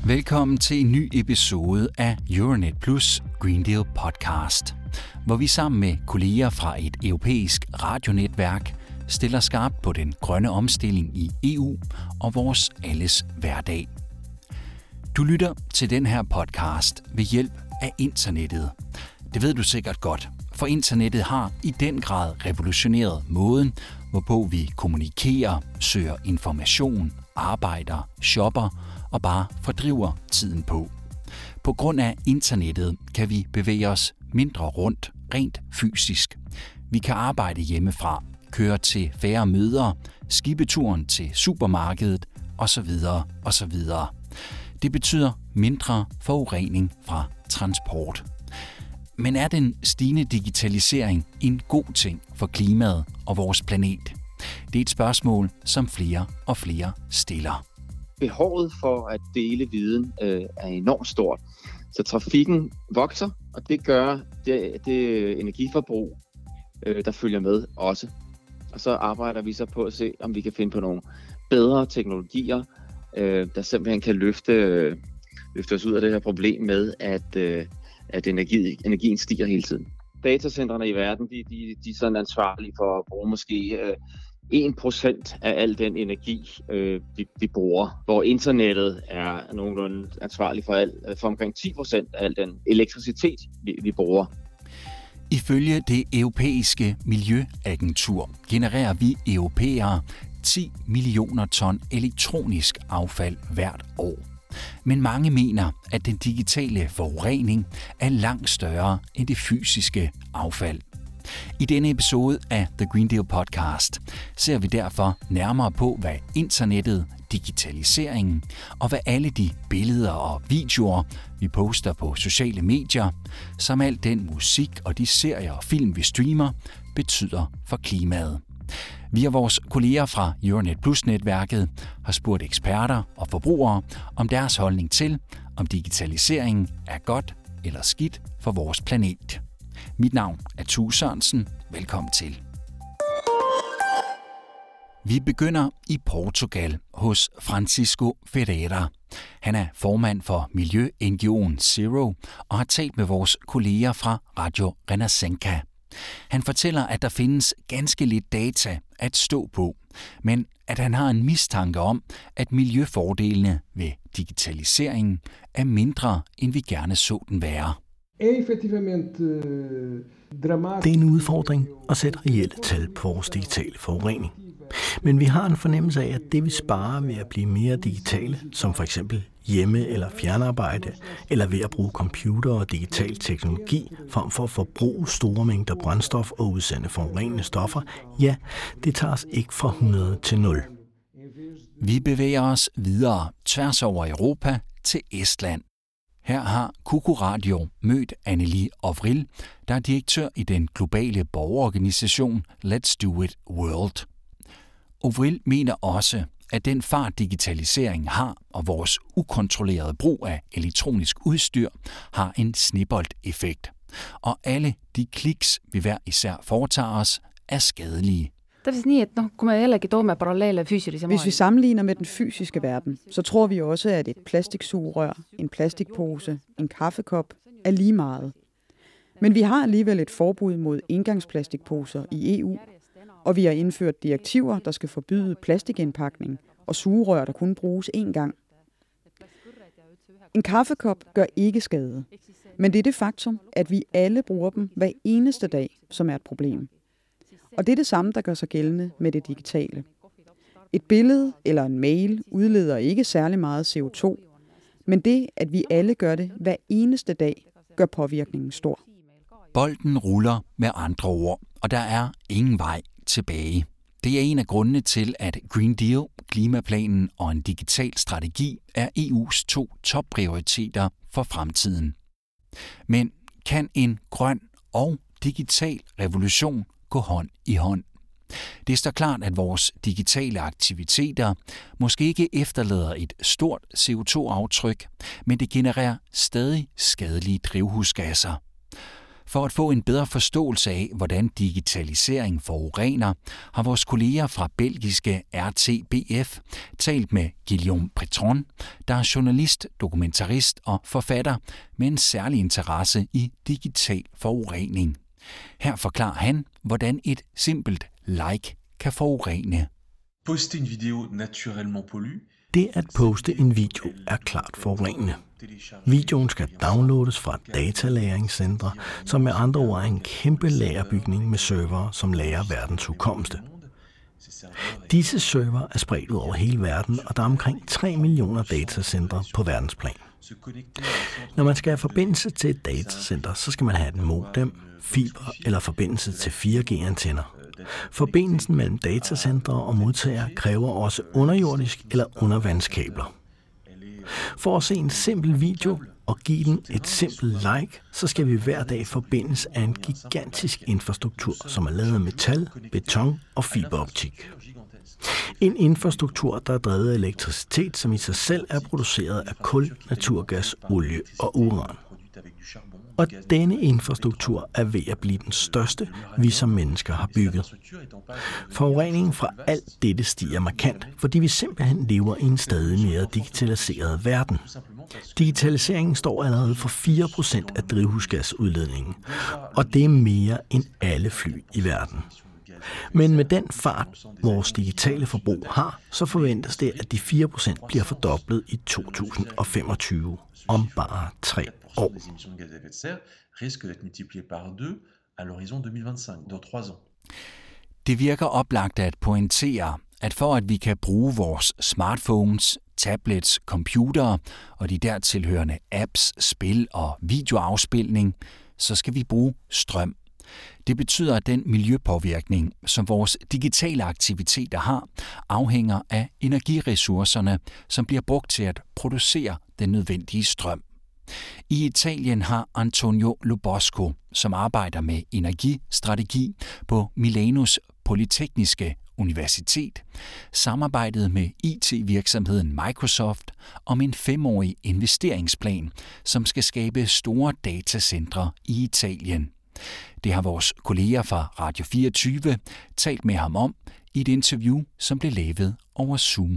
Velkommen til en ny episode af Euronet Plus Green Deal podcast, hvor vi sammen med kolleger fra et europæisk radionetværk stiller skarpt på den grønne omstilling i EU og vores alles hverdag. Du lytter til den her podcast ved hjælp af internettet. Det ved du sikkert godt, for internettet har i den grad revolutioneret måden, hvorpå vi kommunikerer, søger information, arbejder, shopper og bare fordriver tiden på. På grund af internettet kan vi bevæge os mindre rundt, rent fysisk. Vi kan arbejde hjemmefra, køre til færre møder, skibeturen til supermarkedet osv. osv. Det betyder mindre forurening fra transport. Men er den stigende digitalisering en god ting for klimaet og vores planet? Det er et spørgsmål, som flere og flere stiller. Behovet for at dele viden er enormt stort. Så trafikken vokser, og det gør det energiforbrug, der følger med også. Og så arbejder vi så på at se, om vi kan finde på nogle bedre teknologier, der simpelthen kan løfte os ud af det her problem med, at energien stiger hele tiden. Datacentrene i verden, de er sådan ansvarlige for at bruge måske 1% af al den energi, vi bruger, hvor internettet er nogenlunde ansvarlig for omkring 10% af al den elektricitet, vi bruger. Ifølge det europæiske miljøagentur genererer vi europæere 10 millioner ton elektronisk affald hvert år. Men mange mener, at den digitale forurening er langt større end det fysiske affald. I denne episode af The Green Deal podcast ser vi derfor nærmere på, hvad internettet, digitaliseringen og hvad alle de billeder og videoer, vi poster på sociale medier, som al den musik og de serier og film, vi streamer, betyder for klimaet. Vi og vores kolleger fra Euronet Plus-netværket har spurgt eksperter og forbrugere om deres holdning til, om digitaliseringen er godt eller skidt for vores planet. Mit navn er Tue Sørensen. Velkommen til. Vi begynder i Portugal hos Francisco Ferreira. Han er formand for miljø-NGO'en Zero og har talt med vores kolleger fra Radio Renascença. Han fortæller, at der findes ganske lidt data at stå på, men at han har en mistanke om, at miljøfordelene ved digitaliseringen er mindre, end vi gerne så den være. Det er en udfordring at sætte reelle tal på vores digitale forurening. Men vi har en fornemmelse af, at det vi sparer ved at blive mere digitale, som for eksempel hjemme- eller fjernarbejde, eller ved at bruge computer og digital teknologi, frem for at forbruge store mængder brændstof og udsende forurenende stoffer, ja, det tager os ikke fra 100 til 0. Vi bevæger os videre tværs over Europa til Estland. Her har Kuku Radio mødt Anneli Ovril, der er direktør i den globale borgerorganisation Let's Do It World. Ovril mener også, at den fart digitalisering har, og vores ukontrollerede brug af elektronisk udstyr, har en sneboldeffekt. Og alle de kliks, vi hver især foretager os, er skadelige. Hvis vi sammenligner med den fysiske verden, så tror vi også, at et plastiksugerør, en plastikpose, en kaffekop er lige meget. Men vi har alligevel et forbud mod engangsplastikposer i EU, og vi har indført direktiver, der skal forbyde plastikindpakning og sugerør, der kun bruges én gang. En kaffekop gør ikke skade, men det er det faktum, at vi alle bruger dem hver eneste dag, som er et problem. Og det er det samme, der gør sig gældende med det digitale. Et billede eller en mail udleder ikke særlig meget CO2, men det, at vi alle gør det hver eneste dag, gør påvirkningen stor. Bolden ruller med andre ord, og der er ingen vej tilbage. Det er en af grundene til, at Green Deal, klimaplanen og en digital strategi er EU's 2 topprioriteter for fremtiden. Men kan en grøn og digital revolution gå hånd i hånd? Det står klart, at vores digitale aktiviteter måske ikke efterlader et stort CO2-aftryk, men det genererer stadig skadelige drivhusgasser. For at få en bedre forståelse af, hvordan digitalisering forurener, har vores kolleger fra belgiske RTBF talt med Guillaume Pretron, der er journalist, dokumentarist og forfatter med en særlig interesse i digital forurening. Her forklarer han, hvordan et simpelt like kan forurene. Poster en video naturellement pollue. Det at poste en video er klart forurenende. Videoen skal downloades fra datalagringscentre, som med andre ord er en kæmpe lagerbygning med servere, som lagrer verdens hukommelse. Disse servere er spredt ud over hele verden, og der er omkring 3 millioner datacentre på verdensplan. Når man skal have forbindelse til et datacenter, så skal man have et modem, fiber eller forbindelse til 4G-antenner. Forbindelsen mellem datacentre og modtagere kræver også underjordisk eller undervandskabler. For at se en simpel video og give den et simpelt like, så skal vi hver dag forbindes af en gigantisk infrastruktur, som er lavet af metal, beton og fiberoptik. En infrastruktur, der er drevet af elektricitet, som i sig selv er produceret af kul, naturgas, olie og uran. Og denne infrastruktur er ved at blive den største, vi som mennesker har bygget. Forureningen fra alt dette stiger markant, fordi vi simpelthen lever i en stadig mere digitaliseret verden. Digitaliseringen står allerede for 4% af drivhusgasudledningen, og det er mere end alle fly i verden. Men med den fart, vores digitale forbrug har, så forventes det, at de 4% bliver fordoblet i 2025, om bare 3 år. Det virker oplagt at pointere, at for at vi kan bruge vores smartphones, tablets, computere og de dertilhørende apps, spil og videoafspilning, så skal vi bruge strøm. Det betyder, at den miljøpåvirkning, som vores digitale aktiviteter har, afhænger af energiressourcerne, som bliver brugt til at producere den nødvendige strøm. I Italien har Antonio Lobosco, som arbejder med energistrategi på Milanos Polytekniske Universitet, samarbejdet med IT-virksomheden Microsoft om en 5-årig investeringsplan, som skal skabe store datacentre i Italien. Det har vores kolleger fra Radio 24 talt med ham om i et interview, som blev lavet over Zoom.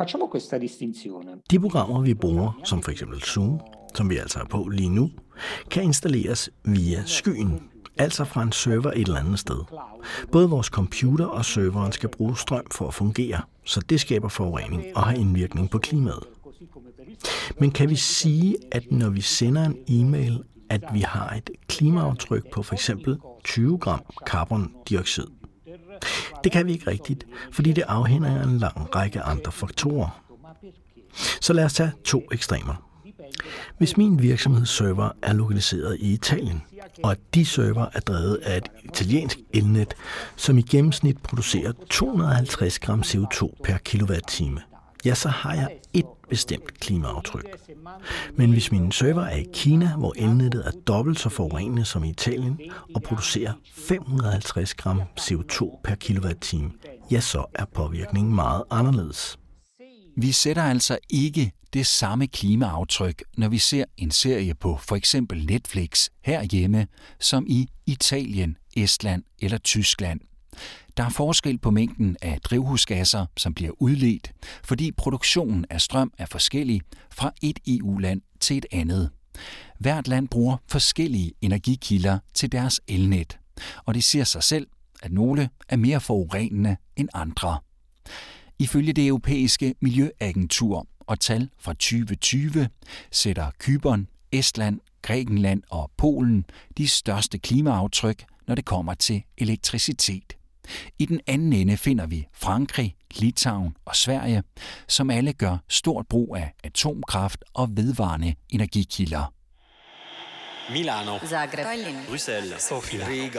De programmer, vi bruger, som f.eks. Zoom, som vi altså er på lige nu, kan installeres via skyen, altså fra en server et eller andet sted. Både vores computer og serveren skal bruge strøm for at fungere, så det skaber forurening og har indvirkning på klimaet. Men kan vi sige, at når vi sender en e-mail, at vi har et klimaaftryk på f.eks. 20 gram carbondioxid? Det kan vi ikke rigtigt, fordi det afhænger af en lang række andre faktorer. Så lad os tage 2 ekstremer. Hvis min virksomhedsserver er lokaliseret i Italien, og at de server er drevet af et italiensk elnet, som i gennemsnit producerer 250 gram CO2 per kilowatt-time, ja, så har jeg et bestemt klimaaftryk. Men hvis min server er i Kina, hvor elnettet er dobbelt så forurenende som i Italien, og producerer 550 gram CO2 per kilowatt-time, ja, så er påvirkningen meget anderledes. Vi sætter altså ikke det samme klimaaftryk, når vi ser en serie på for eksempel Netflix herhjemme, som i Italien, Estland eller Tyskland. Der er forskel på mængden af drivhusgasser, som bliver udledt, fordi produktionen af strøm er forskellig fra et EU-land til et andet. Hvert land bruger forskellige energikilder til deres elnet, og det siger sig selv, at nogle er mere forurenende end andre. Ifølge det europæiske miljøagentur og tal fra 2020 sætter Cypern, Estland, Grækenland og Polen de største klimaaftryk, når det kommer til elektricitet. I den anden ende finder vi Frankrig, Litauen og Sverige, som alle gør stort brug af atomkraft og vedvarende energikilder. Milano, Zagreb, Bruxelles, Sofia, Riga.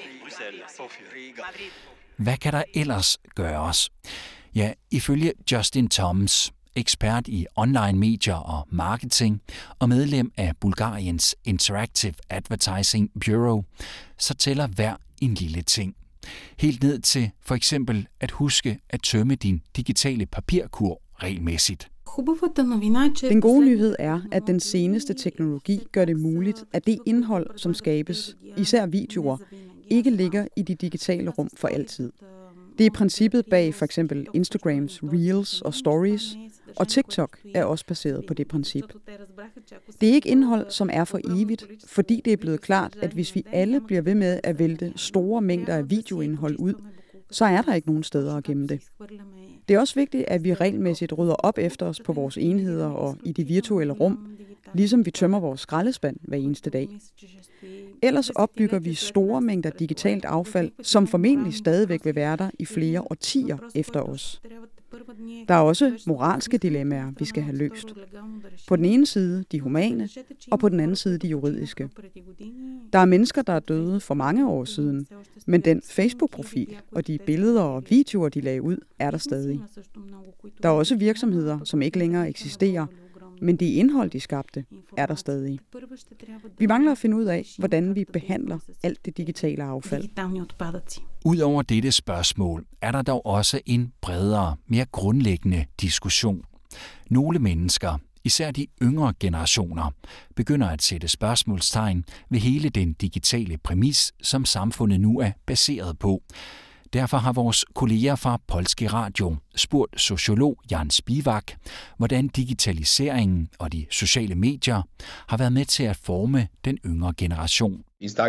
Hvad kan der ellers gøres? Ja, ifølge Justin Toms, ekspert i online medier og marketing og medlem af Bulgariens Interactive Advertising Bureau, så tæller hver en lille ting. Helt ned til for eksempel at huske at tømme din digitale papirkur regelmæssigt. Den gode nyhed er, at den seneste teknologi gør det muligt, at det indhold, som skabes, især videoer, ikke ligger i de digitale rum for altid. Det er princippet bag for eksempel Instagrams Reels og Stories, og TikTok er også baseret på det princip. Det er ikke indhold, som er for evigt, fordi det er blevet klart, at hvis vi alle bliver ved med at vælte store mængder af videoindhold ud, så er der ikke nogen steder at gemme det. Det er også vigtigt, at vi regelmæssigt rydder op efter os på vores enheder og i de virtuelle rum, ligesom vi tømmer vores skraldespand hver eneste dag. Ellers opbygger vi store mængder digitalt affald, som formentlig stadigvæk vil være der i flere årtier efter os. Der er også moralske dilemmaer, vi skal have løst. På den ene side de humane, og på den anden side de juridiske. Der er mennesker, der er døde for mange år siden, men den Facebook-profil og de billeder og videoer, de lagde ud, er der stadig. Der er også virksomheder, som ikke længere eksisterer, men det indhold, de skabte, er der stadig. Vi mangler at finde ud af, hvordan vi behandler alt det digitale affald. Udover dette spørgsmål er der dog også en bredere, mere grundlæggende diskussion. Nogle mennesker, især de yngre generationer, begynder at sætte spørgsmålstegn ved hele den digitale præmis, som samfundet nu er baseret på. Derfor har vores kolleger fra Polski Radio spurgt sociolog Jan Spiewak, hvordan digitaliseringen og de sociale medier har været med til at forme den yngre generation.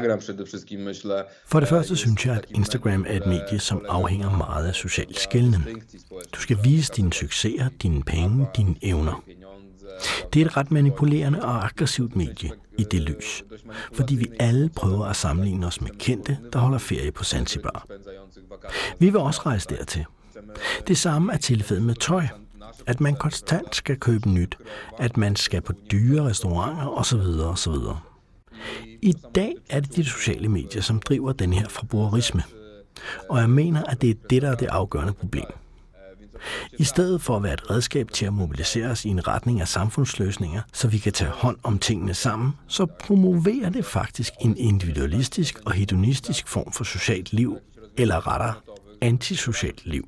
For det første synes jeg, at Instagram er et medie, som afhænger meget af social skelnen. Du skal vise dine succeser, dine penge, dine evner. Det er et ret manipulerende og aggressivt medie i det lys, fordi vi alle prøver at sammenligne os med kendte, der holder ferie på Zanzibar. Vi vil også rejse dertil. Det samme er tilfældet med tøj, at man konstant skal købe nyt, at man skal på dyre restauranter osv. osv. I dag er det de sociale medier, som driver den her forbrugerisme, og jeg mener, at det er det, der er det afgørende problem. I stedet for at være et redskab til at mobilisere os i en retning af samfundsløsninger, så vi kan tage hånd om tingene sammen, så promoverer det faktisk en individualistisk og hedonistisk form for socialt liv, eller rettere antisocialt liv.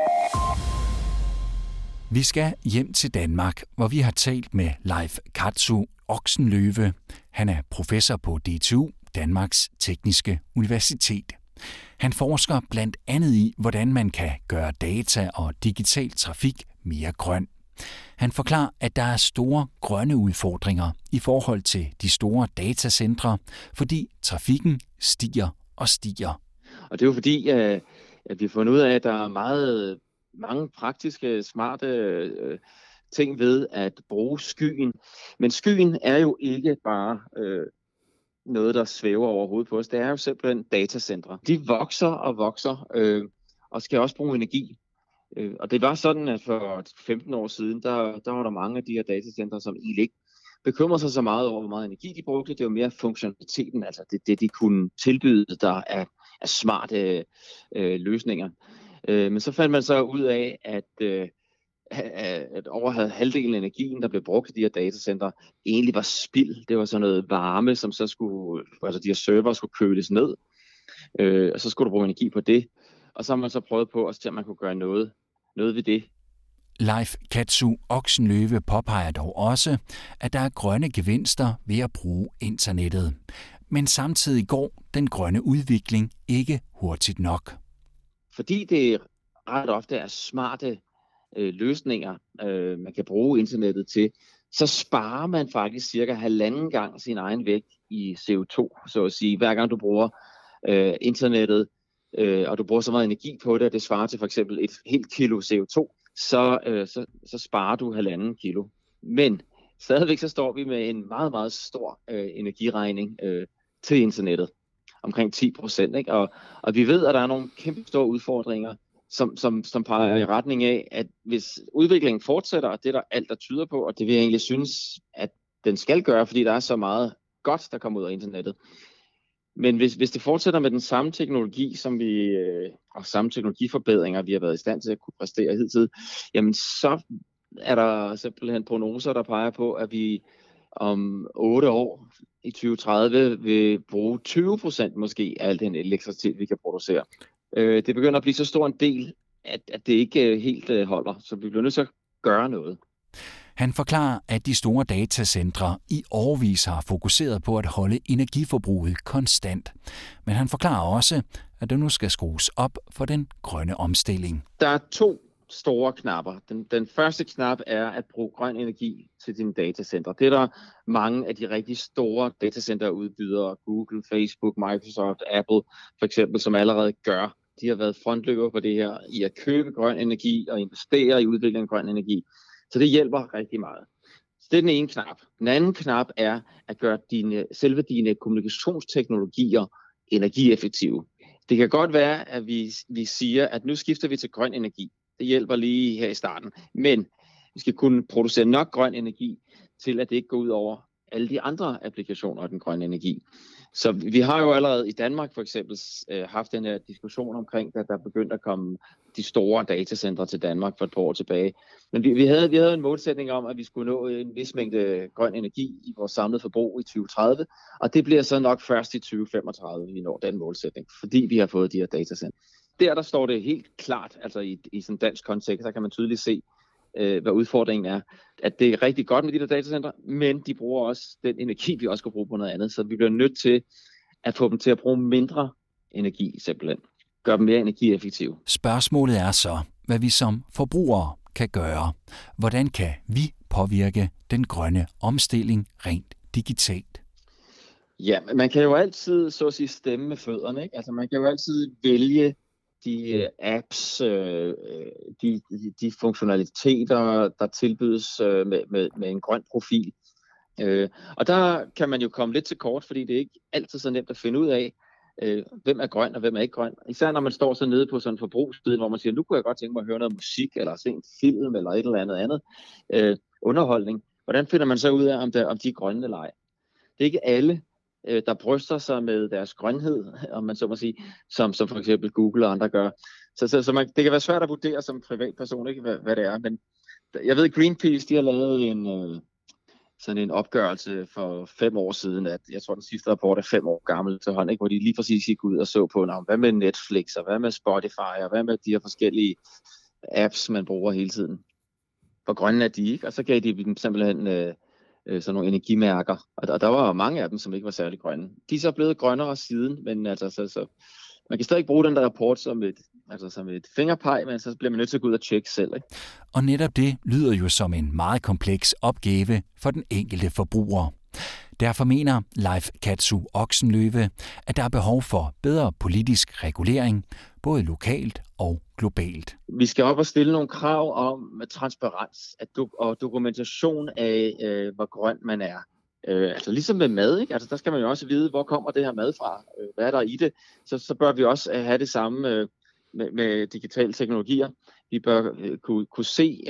Vi skal hjem til Danmark, hvor vi har talt med Leif Katsu Oksenløve. Han er professor på DTU, Danmarks Tekniske Universitet. Han forsker blandt andet i, hvordan man kan gøre data og digital trafik mere grøn. Han forklarer, at der er store grønne udfordringer i forhold til de store datacentre, fordi trafikken stiger og stiger. Og det er jo fordi, at vi har fundet ud af, at der er mange praktiske, smarte ting ved at bruge skyen. Men skyen er jo ikke bare noget, der svæver over hovedet på os. Det er jo simpelthen datacentre. De vokser og vokser og skal også bruge energi. Og det var sådan, at for 15 år siden, der var der mange af de her datacentre, som egentlig ikke bekymrede sig så meget over, hvor meget energi de brugte. Det var mere funktionaliteten, altså det de kunne tilbyde, der er smarte løsninger. Men så fandt man så ud af, at over halvdelen af energien, der blev brugt i de her datacenter, egentlig var spild. Det var sådan noget varme, som så skulle, altså de her server skulle køles ned, og så skulle du bruge energi på det. Og så har man så prøvet på at se, om man kunne gøre noget ved det. Leif Katsu Oksenløve påpeger dog også, at der er grønne gevinster ved at bruge internettet. Men samtidig går den grønne udvikling ikke hurtigt nok. Fordi det ret ofte er smarte løsninger, man kan bruge internettet til, så sparer man faktisk cirka 1,5 gang sin egen vægt i CO2, så at sige. Hver gang du bruger internettet, og du bruger så meget energi på det, at det svarer til for eksempel et helt kilo CO2, så sparer du 1,5 kilo. Men stadigvæk så står vi med en meget, meget stor energiregning til internettet. Omkring 10%, ikke? Og vi ved, at der er nogle kæmpe store udfordringer, som peger i retning af, at hvis udviklingen fortsætter, og det er der alt, der tyder på, og det vil jeg egentlig synes, at den skal gøre, fordi der er så meget godt, der kommer ud af internettet. Men hvis det fortsætter med den samme teknologi, og samme teknologiforbedringer, vi har været i stand til at kunne præstere hidtil, jamen så er der simpelthen prognoser, der peger på, at vi om 8 år i 2030 vil bruge 20% måske af al den elektricitet, vi kan producere. Det begynder at blive så stor en del, at det ikke helt holder, så vi bliver nødt til at gøre noget. Han forklarer, at de store datacentre i årevis har fokuseret på at holde energiforbruget konstant. Men han forklarer også, at der nu skal skrues op for den grønne omstilling. Der er 2 store knapper. Den første knap er at bruge grøn energi til dine datacenter. Det er der mange af de rigtig store datacenterudbydere, Google, Facebook, Microsoft, Apple for eksempel, som allerede gør. De har været frontløber på det her i at købe grøn energi og investere i udvikling af grøn energi. Så det hjælper rigtig meget. Så det er den ene knap. Den anden knap er at gøre selve dine kommunikationsteknologier energieffektive. Det kan godt være, at vi siger, at nu skifter vi til grøn energi. Det hjælper lige her i starten. Men vi skal kunne producere nok grøn energi til, at det ikke går ud over alle de andre applikationer af den grønne energi. Så vi har jo allerede i Danmark for eksempel haft den her diskussion omkring, at der begyndte at komme de store datacentre til Danmark for et par år tilbage. Men vi havde en målsætning om, at vi skulle nå en vis mængde grøn energi i vores samlede forbrug i 2030, og det bliver så nok først i 2035, vi når den målsætning, fordi vi har fået de her datacentre. Der står det helt klart, altså i sådan en dansk kontekst, så kan man tydeligt se, hvad udfordringen er. At det er rigtig godt med de der datacentre, men de bruger også den energi, vi også kan bruge på noget andet. Så vi bliver nødt til at få dem til at bruge mindre energi, simpelthen. Gøre dem mere energieffektive. Spørgsmålet er så, hvad vi som forbrugere kan gøre. Hvordan kan vi påvirke den grønne omstilling rent digitalt? Ja, man kan jo altid, så at sige, stemme med fødderne, ikke? Altså man kan jo altid vælge de apps, de funktionaliteter, der tilbydes med en grøn profil. Og der kan man jo komme lidt til kort, fordi det er ikke altid så nemt at finde ud af, hvem er grøn og hvem er ikke grøn. Især når man står så nede på sådan en forbrugsside, hvor man siger, nu kunne jeg godt tænke mig at høre noget musik, eller se en film, eller et eller andet underholdning. Hvordan finder man så ud af, om de er grønne eller ej? Det er ikke alle, der bryster sig med deres grønhed, om man så må sige, som for eksempel Google og andre gør. Så det kan være svært at vurdere som privatperson, ikke, hvad det er. Men jeg ved, Greenpeace, de har lavet sådan en opgørelse for 5 år siden, at jeg tror, den sidste rapport er 5 år gammel til hånd, ikke, hvor de lige præcis gik ud og så på, hvad med Netflix, og hvad med Spotify, og hvad med de her forskellige apps, man bruger hele tiden. Hvor grønne er de, ikke? Og så gav de dem simpelthen sådan nogle energimærker, og der var mange af dem, som ikke var særlig grønne. De er så blevet grønnere siden, men altså, så man kan stadig bruge den der rapport som et fingerpeg, men så bliver man nødt til at gå ud og tjekke selv, ikke? Og netop det lyder jo som en meget kompleks opgave for den enkelte forbruger. Derfor mener Leif Katsu Oksenløve, at der er behov for bedre politisk regulering, både lokalt og globalt. Vi skal op og stille nogle krav om transparens og dokumentation af, hvor grøn man er. Altså ligesom med mad, ikke? Altså der skal man jo også vide, hvor kommer det her mad fra, hvad er der i det. Så bør vi også have det samme med digitale teknologier. Vi bør kunne se,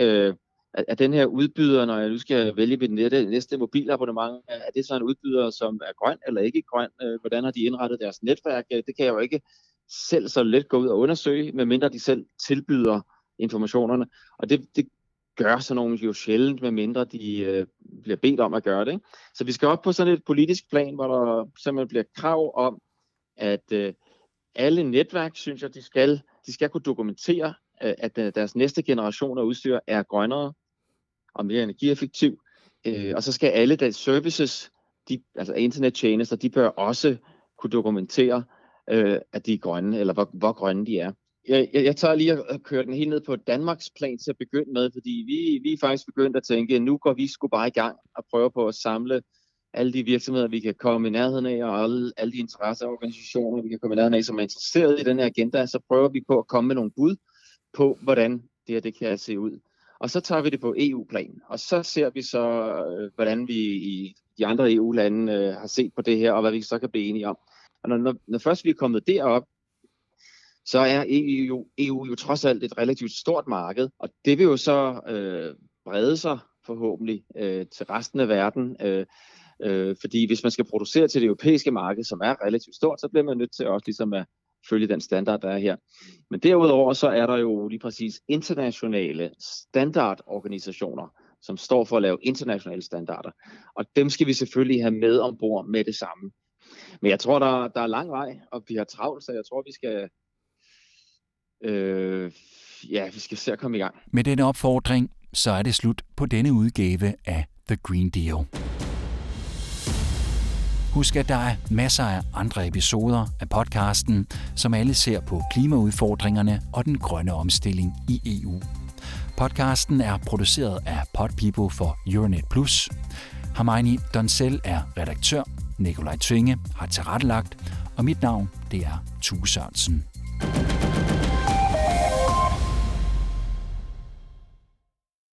at den her udbyder, når jeg nu skal vælge mit næste mobilabonnement, er det så en udbyder, som er grøn eller ikke grøn? Hvordan har de indrettet deres netværk? Det kan jeg jo ikke selv så let gå ud og undersøge, medmindre de selv tilbyder informationerne. Og det gør sådan nogle jo sjældent, medmindre de bliver bedt om at gøre det, ikke? Så vi skal op på sådan et politisk plan, hvor der simpelthen bliver krav om, at alle netværk, synes jeg, de skal kunne dokumentere, at deres næste generation af udstyr er grønnere og mere energieffektiv. Og så skal alle deres services, altså internettjenester, de bør også kunne dokumentere, at de er grønne, eller hvor grønne de er. Jeg tager lige at køre den helt ned på Danmarks plan til at begynde med, fordi vi er faktisk begyndt at tænke, at nu går vi sgu bare i gang og prøver på at samle alle de virksomheder, vi kan komme i nærheden af, og alle de interesseorganisationer, vi kan komme i nærheden af, som er interesseret i den her agenda, så prøver vi på at komme med nogle bud på, hvordan det kan se ud. Og så tager vi det på EU-plan, og så ser vi så, hvordan vi i de andre EU-lande har set på det her, og hvad vi så kan blive enige om. Og når først vi er kommet derop, så er EU jo trods alt et relativt stort marked, og det vil jo så brede sig forhåbentlig til resten af verden, fordi hvis man skal producere til det europæiske marked, som er relativt stort, så bliver man nødt til også ligesom at følge den standard, der er her. Men derudover så er der jo lige præcis internationale standardorganisationer, som står for at lave internationale standarder, og dem skal vi selvfølgelig have med ombord med det samme. Men jeg tror, der er lang vej, og vi har travlt, så jeg tror, vi skal se at komme i gang. Med denne opfordring så er det slut på denne udgave af The Green Deal. Husk, at der er masser af andre episoder af podcasten, som alle ser på klimaudfordringerne og den grønne omstilling i EU. Podcasten er produceret af Podpeople for Euronet Plus. Hermione Donsel er redaktør, Nikolaj Tvinge har tilrettelagt, og mit navn det er Tue Sørensen.